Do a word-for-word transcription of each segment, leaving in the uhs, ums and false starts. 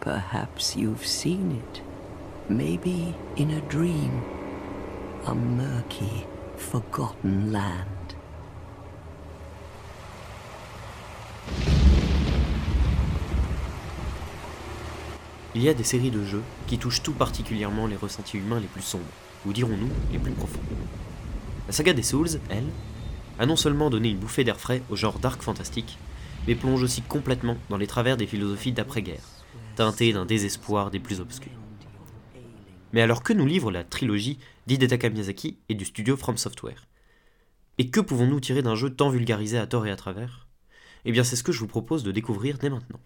Perhaps you've seen it. Maybe in a dream. A murky, forgotten land. Il y a des séries de jeux qui touchent tout particulièrement les ressentis humains les plus sombres, ou dirons-nous les plus profonds. La saga des Souls, elle, a non seulement donné une bouffée d'air frais au genre dark fantastique, mais plonge aussi complètement dans les travers des philosophies d'après-guerre, teintées d'un désespoir des plus obscurs. Mais alors que nous livre la trilogie d'Hidetaka Miyazaki et du studio From Software ? Et que pouvons-nous tirer d'un jeu tant vulgarisé à tort et à travers ? Eh bien c'est ce que je vous propose de découvrir dès maintenant.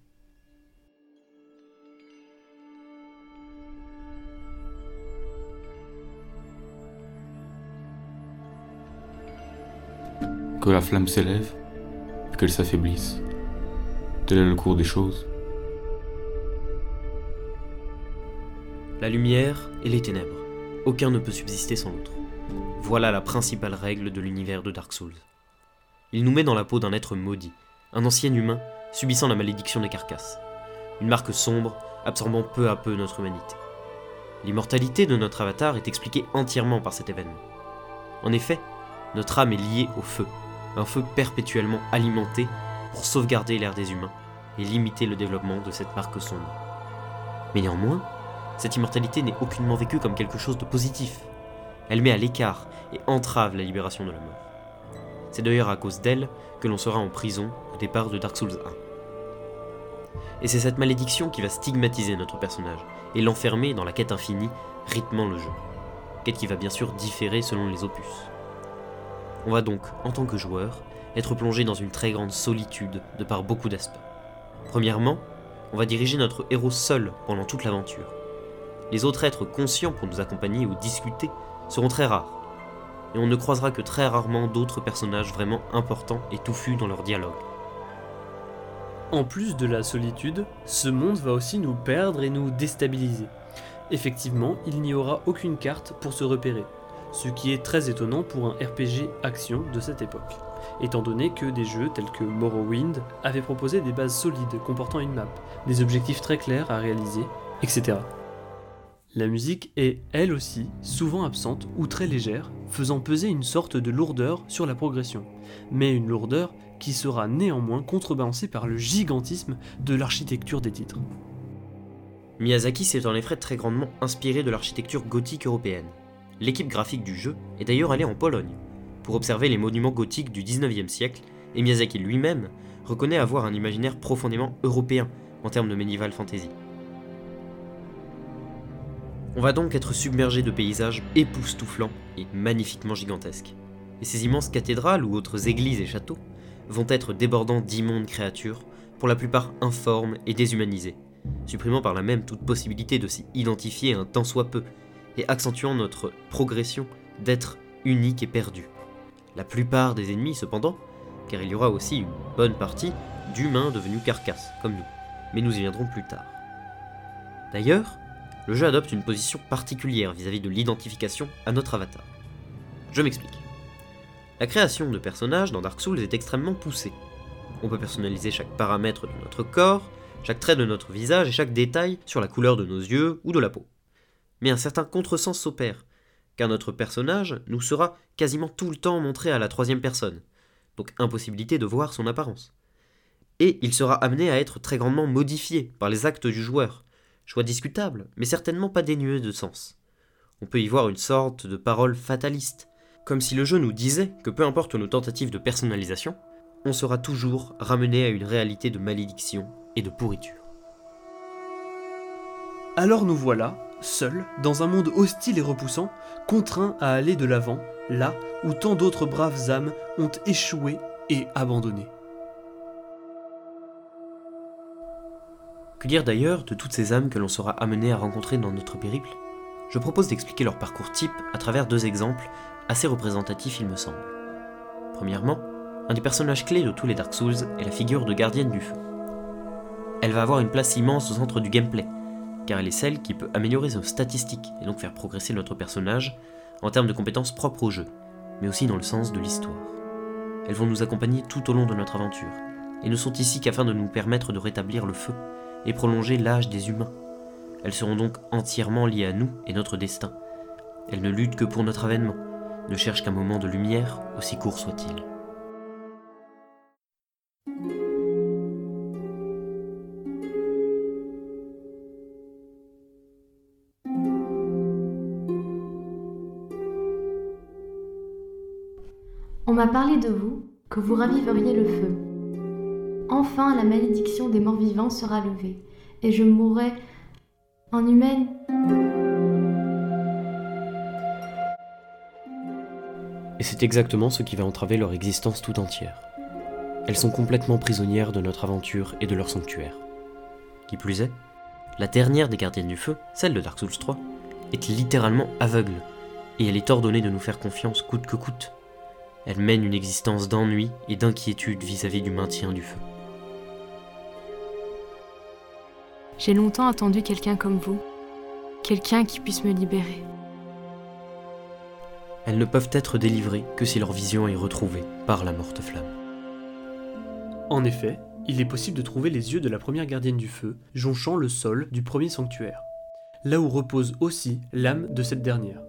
Que la flamme s'élève et qu'elle s'affaiblisse. Tel est le cours des choses. La lumière et les ténèbres. Aucun ne peut subsister sans l'autre. Voilà la principale règle de l'univers de Dark Souls. Il nous met dans la peau d'un être maudit, un ancien humain subissant la malédiction des carcasses. Une marque sombre absorbant peu à peu notre humanité. L'immortalité de notre avatar est expliquée entièrement par cet événement. En effet, notre âme est liée au feu, un feu perpétuellement alimenté pour sauvegarder l'ère des humains et limiter le développement de cette marque sombre. Mais néanmoins, cette immortalité n'est aucunement vécue comme quelque chose de positif. Elle met à l'écart et entrave la libération de la mort. C'est d'ailleurs à cause d'elle que l'on sera en prison au départ de Dark Souls un. Et c'est cette malédiction qui va stigmatiser notre personnage et l'enfermer dans la quête infinie rythmant le jeu. Quête qui va bien sûr différer selon les opus. On va donc, en tant que joueur, être plongé dans une très grande solitude de par beaucoup d'aspects. Premièrement, on va diriger notre héros seul pendant toute l'aventure. Les autres êtres conscients pour nous accompagner ou discuter seront très rares, et on ne croisera que très rarement d'autres personnages vraiment importants et touffus dans leur dialogue. En plus de la solitude, ce monde va aussi nous perdre et nous déstabiliser. Effectivement, il n'y aura aucune carte pour se repérer, ce qui est très étonnant pour un R P G action de cette époque, étant donné que des jeux tels que Morrowind avaient proposé des bases solides comportant une map, des objectifs très clairs à réaliser, et cetera. La musique est, elle aussi, souvent absente ou très légère, faisant peser une sorte de lourdeur sur la progression, mais une lourdeur qui sera néanmoins contrebalancée par le gigantisme de l'architecture des titres. Miyazaki s'est en effet très grandement inspiré de l'architecture gothique européenne. L'équipe graphique du jeu est d'ailleurs allée en Pologne pour observer les monuments gothiques du dix-neuvième siècle, et Miyazaki lui-même reconnaît avoir un imaginaire profondément européen en termes de medieval fantasy. On va donc être submergé de paysages époustouflants et magnifiquement gigantesques. Et ces immenses cathédrales ou autres églises et châteaux vont être débordants d'immondes créatures, pour la plupart informes et déshumanisées, supprimant par là même toute possibilité de s'y identifier un tant soit peu, et accentuant notre progression d'être unique et perdu. La plupart des ennemis cependant, car il y aura aussi une bonne partie d'humains devenus carcasses, comme nous, mais nous y viendrons plus tard. D'ailleurs, le jeu adopte une position particulière vis-à-vis de l'identification à notre avatar. Je m'explique. La création de personnages dans Dark Souls est extrêmement poussée. On peut personnaliser chaque paramètre de notre corps, chaque trait de notre visage et chaque détail sur la couleur de nos yeux ou de la peau. Mais un certain contresens s'opère, car notre personnage nous sera quasiment tout le temps montré à la troisième personne, donc impossibilité de voir son apparence. Et il sera amené à être très grandement modifié par les actes du joueur, choix discutable, mais certainement pas dénué de sens. On peut y voir une sorte de parole fataliste, comme si le jeu nous disait que peu importe nos tentatives de personnalisation, on sera toujours ramené à une réalité de malédiction et de pourriture. Alors nous voilà, seuls, dans un monde hostile et repoussant, contraints à aller de l'avant, là où tant d'autres braves âmes ont échoué et abandonné. Que dire d'ailleurs de toutes ces âmes que l'on sera amené à rencontrer dans notre périple ? Je propose d'expliquer leur parcours type à travers deux exemples assez représentatifs il me semble. Premièrement, un des personnages clés de tous les Dark Souls est la figure de gardienne du feu. Elle va avoir une place immense au centre du gameplay, car elle est celle qui peut améliorer nos statistiques et donc faire progresser notre personnage en termes de compétences propres au jeu, mais aussi dans le sens de l'histoire. Elles vont nous accompagner tout au long de notre aventure, et ne sont ici qu'afin de nous permettre de rétablir le feu, et prolonger l'âge des humains. Elles seront donc entièrement liées à nous et notre destin. Elles ne luttent que pour notre avènement, ne cherchent qu'un moment de lumière, aussi court soit-il. On m'a parlé de vous, que vous raviveriez le feu. Enfin, la malédiction des morts vivants sera levée, et je mourrai en humaine. Et c'est exactement ce qui va entraver leur existence tout entière. Elles sont complètement prisonnières de notre aventure et de leur sanctuaire. Qui plus est, la dernière des gardiennes du feu, celle de Dark Souls trois, est littéralement aveugle, et elle est ordonnée de nous faire confiance coûte que coûte. Elle mène une existence d'ennui et d'inquiétude vis-à-vis du maintien du feu. J'ai longtemps attendu quelqu'un comme vous, quelqu'un qui puisse me libérer. Elles ne peuvent être délivrées que si leur vision est retrouvée par la morte flamme. En effet, il est possible de trouver les yeux de la première gardienne du feu, jonchant le sol du premier sanctuaire, là où repose aussi l'âme de cette dernière.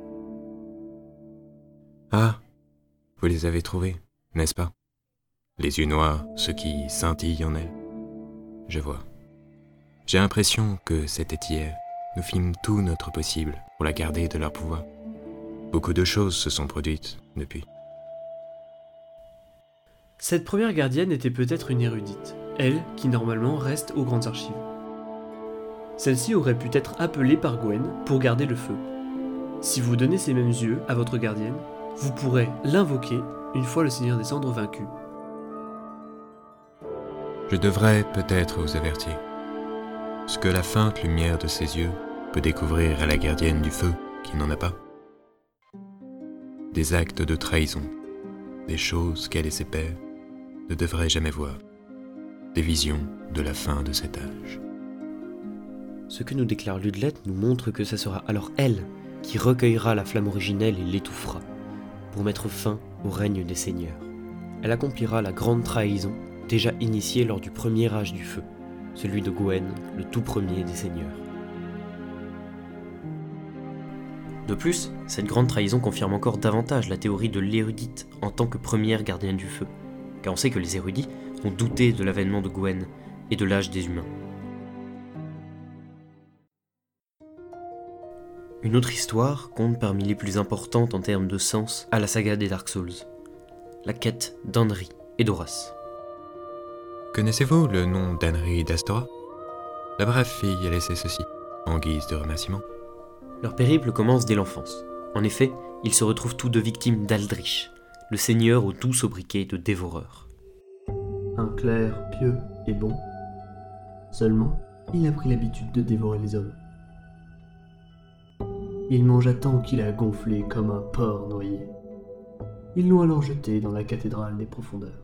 Ah, vous les avez trouvés, n'est-ce pas? Les yeux noirs, ceux qui scintillent en elle. Je vois. J'ai l'impression que c'était hier. Nous fîmes tout notre possible pour la garder de leur pouvoir. Beaucoup de choses se sont produites depuis. Cette première gardienne était peut-être une érudite, elle qui normalement reste aux grandes archives. Celle-ci aurait pu être appelée par Gwen pour garder le feu. Si vous donnez ces mêmes yeux à votre gardienne, vous pourrez l'invoquer une fois le Seigneur des Cendres vaincu. Je devrais peut-être vous avertir. Ce que la feinte lumière de ses yeux peut découvrir à la gardienne du feu qui n'en a pas. Des actes de trahison, des choses qu'elle et ses pairs ne devraient jamais voir, des visions de la fin de cet âge. Ce que nous déclare Ludlet nous montre que ce sera alors elle qui recueillera la flamme originelle et l'étouffera, pour mettre fin au règne des seigneurs. Elle accomplira la grande trahison déjà initiée lors du premier âge du feu, celui de Gwen, le tout premier des seigneurs. De plus, cette grande trahison confirme encore davantage la théorie de l'érudite en tant que première gardienne du feu, car on sait que les érudits ont douté de l'avènement de Gwen et de l'âge des humains. Une autre histoire compte parmi les plus importantes en termes de sens à la saga des Dark Souls, la quête d'Anri et d'Horace. Connaissez-vous le nom d'Anri d'Astora? La brave fille a laissé ceci, en guise de remerciement. Leur périple commence dès l'enfance. En effet, ils se retrouvent tous deux victimes d'Aldrich, le seigneur au doux sobriquet de dévoreur. Un clerc pieux et bon. Seulement, il a pris l'habitude de dévorer les hommes. Il mangea tant qu'il a gonflé comme un porc noyé. Ils l'ont alors jeté dans la cathédrale des profondeurs.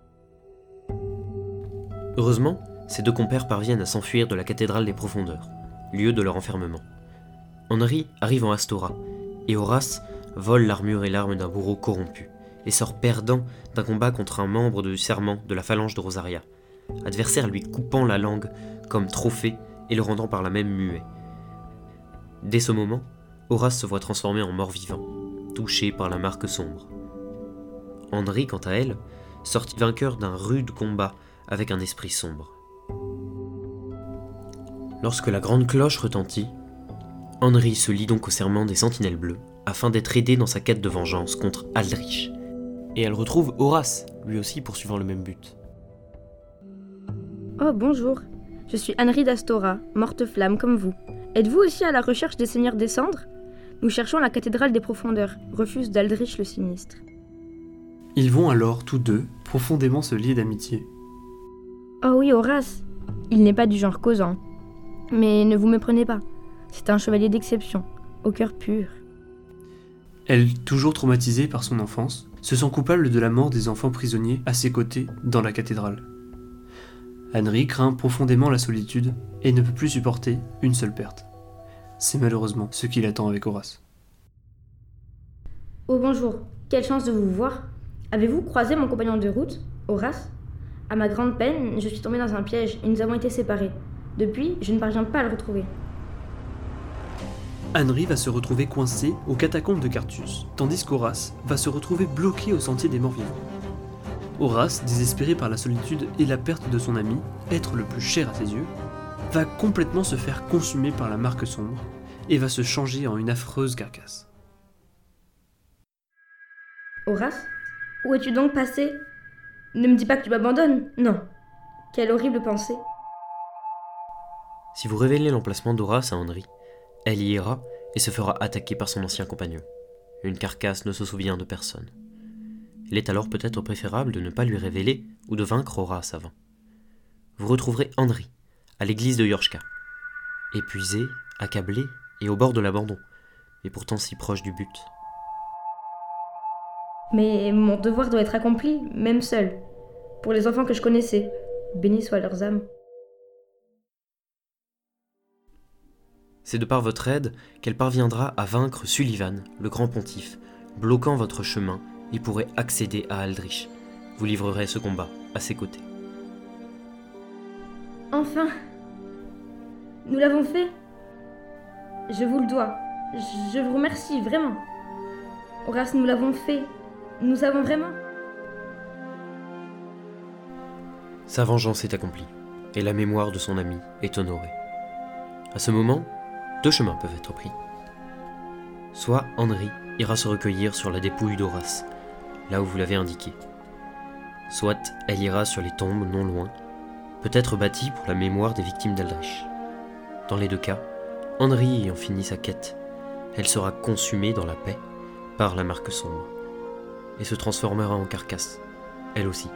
Heureusement, ces deux compères parviennent à s'enfuir de la cathédrale des profondeurs, lieu de leur enfermement. Anri arrive en Astora, et Horace vole l'armure et l'arme d'un bourreau corrompu, et sort perdant d'un combat contre un membre du serment de la phalange de Rosaria, adversaire lui coupant la langue comme trophée et le rendant par là même muet. Dès ce moment, Horace se voit transformé en mort-vivant, touché par la marque sombre. Anri, quant à elle, sortit vainqueur d'un rude combat avec un esprit sombre. Lorsque la grande cloche retentit, Anri se lie donc au serment des Sentinelles Bleues afin d'être aidé dans sa quête de vengeance contre Aldrich. Et elle retrouve Horace, lui aussi poursuivant le même but. Oh bonjour, je suis Anri d'Astora, morte-flamme comme vous. Êtes-vous aussi à la recherche des Seigneurs des Cendres? Nous cherchons la cathédrale des profondeurs, refuge d'Aldrich le sinistre. Ils vont alors tous deux profondément se lier d'amitié. Oh oui, Horace, il n'est pas du genre causant. Mais ne vous méprenez pas, c'est un chevalier d'exception, au cœur pur. Elle, toujours traumatisée par son enfance, se sent coupable de la mort des enfants prisonniers à ses côtés dans la cathédrale. Anri craint profondément la solitude et ne peut plus supporter une seule perte. C'est malheureusement ce qui l'attend avec Horace. Oh bonjour, quelle chance de vous voir. Avez-vous croisé mon compagnon de route, Horace? À ma grande peine, je suis tombée dans un piège et nous avons été séparés. Depuis, je ne parviens pas à le retrouver. Henry va se retrouver coincé aux catacombes de Carthus, tandis qu'Horace va se retrouver bloqué au sentier des morts vivants. Horace, désespéré par la solitude et la perte de son ami, être le plus cher à ses yeux, va complètement se faire consumer par la marque sombre et va se changer en une affreuse carcasse. Horace, où es-tu donc passé? Ne me dis pas que tu m'abandonnes, non. Quelle horrible pensée. Si vous révélez l'emplacement d'Horace à Henry, elle y ira et se fera attaquer par son ancien compagnon. Une carcasse ne se souvient de personne. Il est alors peut-être préférable de ne pas lui révéler ou de vaincre Horace avant. Vous retrouverez Henry à l'église de Yorshka, épuisé, accablé et au bord de l'abandon, mais pourtant si proche du but. Mais mon devoir doit être accompli, même seul, pour les enfants que je connaissais. Bénis soient leurs âmes. C'est de par votre aide qu'elle parviendra à vaincre Sullivan, le grand pontife, bloquant votre chemin et pourrait accéder à Aldrich. Vous livrerez ce combat à ses côtés. Enfin, nous l'avons fait. Je vous le dois. Je vous remercie, vraiment. Horace, nous l'avons fait. Nous savons vraiment. Sa vengeance est accomplie, et la mémoire de son ami est honorée. À ce moment, deux chemins peuvent être pris. Soit Henry ira se recueillir sur la dépouille d'Horace, là où vous l'avez indiqué. Soit elle ira sur les tombes non loin, peut-être bâties pour la mémoire des victimes d'Aldrich. Dans les deux cas, Henry ayant fini sa quête, elle sera consumée dans la paix par la marque sombre, et se transformera en carcasse, elle aussi.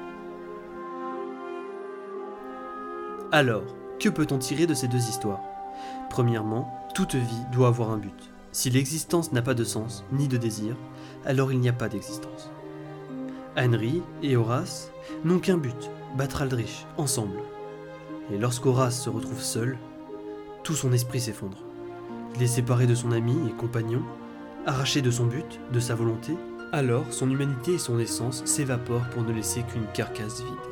Alors, que peut-on tirer de ces deux histoires? Premièrement, toute vie doit avoir un but. Si l'existence n'a pas de sens, ni de désir, alors il n'y a pas d'existence. Henry et Horace n'ont qu'un but, battre Aldrich, ensemble. Et lorsqu'Horace se retrouve seul, tout son esprit s'effondre. Il est séparé de son ami et compagnon, arraché de son but, de sa volonté, alors son humanité et son essence s'évaporent pour ne laisser qu'une carcasse vide.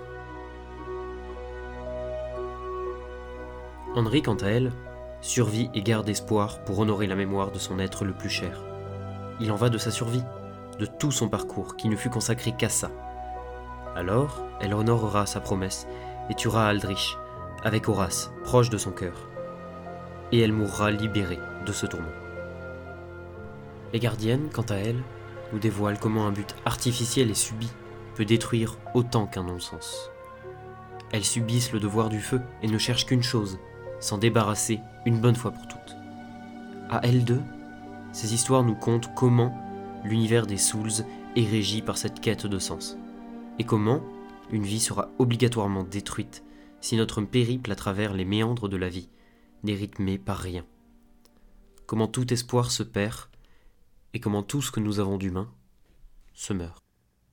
Henry, quant à elle, survit et garde espoir pour honorer la mémoire de son être le plus cher. Il en va de sa survie, de tout son parcours qui ne fut consacré qu'à ça. Alors, elle honorera sa promesse et tuera Aldrich, avec Horace, proche de son cœur. Et elle mourra libérée de ce tourment. Les gardiennes, quant à elles, nous dévoilent comment un but artificiel et subi peut détruire autant qu'un non-sens. Elles subissent le devoir du feu et ne cherchent qu'une chose, s'en débarrasser une bonne fois pour toutes. À elles deux, ces histoires nous content comment l'univers des Souls est régi par cette quête de sens, et comment une vie sera obligatoirement détruite si notre périple à travers les méandres de la vie n'est rythmé par rien. Comment tout espoir se perd, et comment tout ce que nous avons d'humain se meurt.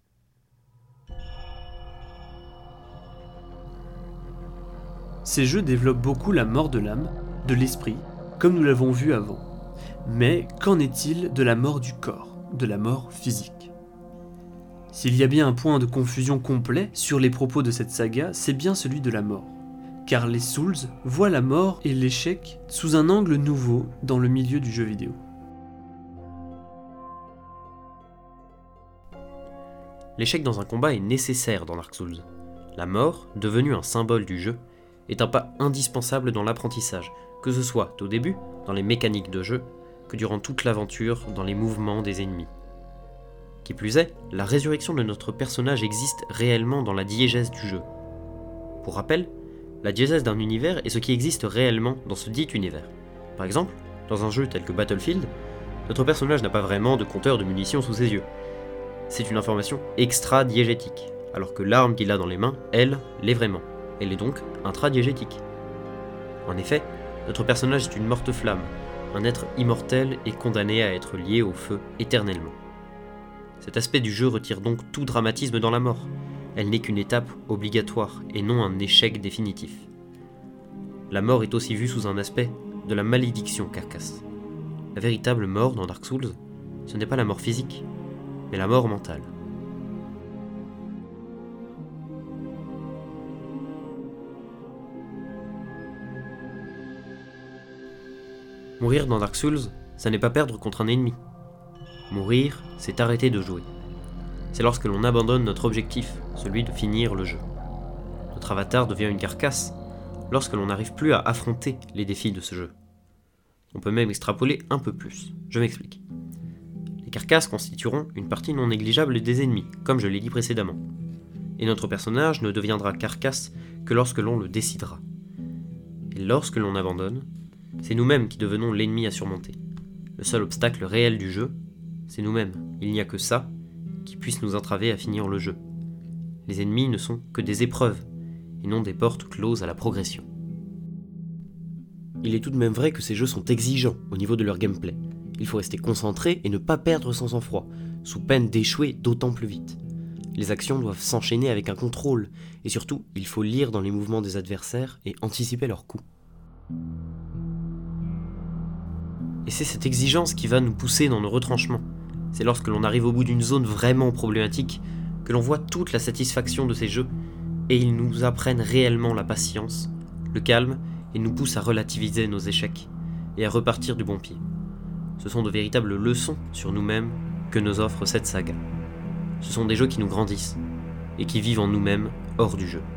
Ces jeux développent beaucoup la mort de l'âme, de l'esprit, comme nous l'avons vu avant. Mais qu'en est-il de la mort du corps, de la mort physique? S'il y a bien un point de confusion complet sur les propos de cette saga, c'est bien celui de la mort. Car les Souls voient la mort et l'échec sous un angle nouveau dans le milieu du jeu vidéo. L'échec dans un combat est nécessaire dans Dark Souls. La mort, devenue un symbole du jeu, est un pas indispensable dans l'apprentissage, que ce soit au début, dans les mécaniques de jeu, que durant toute l'aventure, dans les mouvements des ennemis. Qui plus est, la résurrection de notre personnage existe réellement dans la diégèse du jeu. Pour rappel, la diégèse d'un univers est ce qui existe réellement dans ce dit univers. Par exemple, dans un jeu tel que Battlefield, notre personnage n'a pas vraiment de compteur de munitions sous ses yeux. C'est une information extra-diégétique, alors que l'arme qu'il a dans les mains, elle, l'est vraiment. Elle est donc intradiégétique. En effet, notre personnage est une morte flamme, un être immortel et condamné à être lié au feu éternellement. Cet aspect du jeu retire donc tout dramatisme dans la mort. Elle n'est qu'une étape obligatoire et non un échec définitif. La mort est aussi vue sous un aspect de la malédiction carcasse. La véritable mort dans Dark Souls, ce n'est pas la mort physique, mais la mort mentale. Mourir dans Dark Souls, ça n'est pas perdre contre un ennemi. Mourir, c'est arrêter de jouer. C'est lorsque l'on abandonne notre objectif, celui de finir le jeu. Notre avatar devient une carcasse lorsque l'on n'arrive plus à affronter les défis de ce jeu. On peut même extrapoler un peu plus. Je m'explique. Les carcasses constitueront une partie non négligeable des ennemis, comme je l'ai dit précédemment. Et notre personnage ne deviendra carcasse que lorsque l'on le décidera. Et lorsque l'on abandonne, c'est nous-mêmes qui devenons l'ennemi à surmonter. Le seul obstacle réel du jeu, c'est nous-mêmes. Il n'y a que ça qui puisse nous entraver à finir le jeu. Les ennemis ne sont que des épreuves, et non des portes closes à la progression. Il est tout de même vrai que ces jeux sont exigeants au niveau de leur gameplay. Il faut rester concentré et ne pas perdre son sang-froid, sous peine d'échouer d'autant plus vite. Les actions doivent s'enchaîner avec un contrôle, et surtout, il faut lire dans les mouvements des adversaires et anticiper leurs coups. Et c'est cette exigence qui va nous pousser dans nos retranchements. C'est lorsque l'on arrive au bout d'une zone vraiment problématique que l'on voit toute la satisfaction de ces jeux, et ils nous apprennent réellement la patience, le calme, et nous poussent à relativiser nos échecs, et à repartir du bon pied. Ce sont de véritables leçons sur nous-mêmes que nous offre cette saga. Ce sont des jeux qui nous grandissent, et qui vivent en nous-mêmes hors du jeu.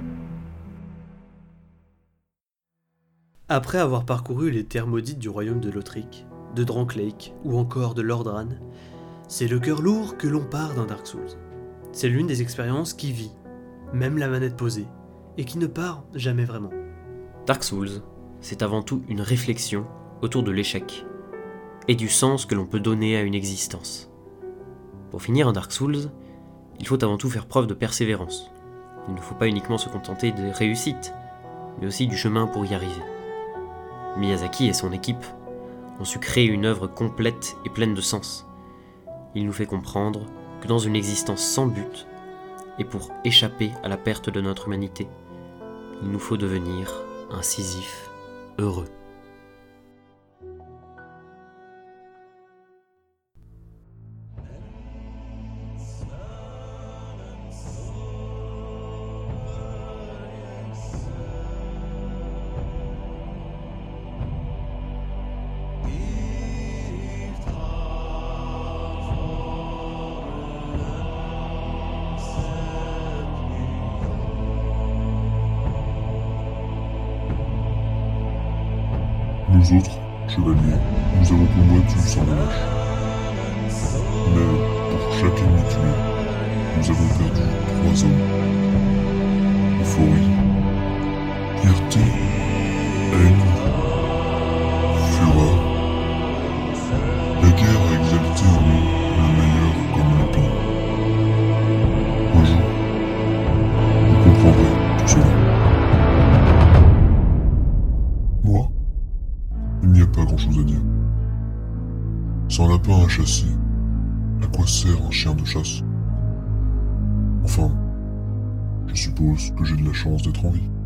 Après avoir parcouru les terres maudites du royaume de Lothric, de Dranklake ou encore de Lordran, c'est le cœur lourd que l'on part dans Dark Souls. C'est l'une des expériences qui vit, même la manette posée, et qui ne part jamais vraiment. Dark Souls, c'est avant tout une réflexion autour de l'échec, et du sens que l'on peut donner à une existence. Pour finir un Dark Souls, il faut avant tout faire preuve de persévérance. Il ne faut pas uniquement se contenter des réussites, mais aussi du chemin pour y arriver. Miyazaki et son équipe ont su créer une œuvre complète et pleine de sens. Il nous fait comprendre que dans une existence sans but, et pour échapper à la perte de notre humanité, il nous faut devenir un Sisyphe heureux. Nous autres, chevaliers, nous avons combattu sans relâche. Mais pour chaque ennemi tué, nous avons perdu trois hommes. Euphorie, fierté, haine, fureur. La guerre a exalté en nous le meilleur comme le pire. Un jour, vous comprendrez tout cela. Moi, il n'y a pas grand-chose à dire. Sans lapin à chasser, à quoi sert un chien de chasse? Enfin, je suppose que j'ai de la chance d'être en vie.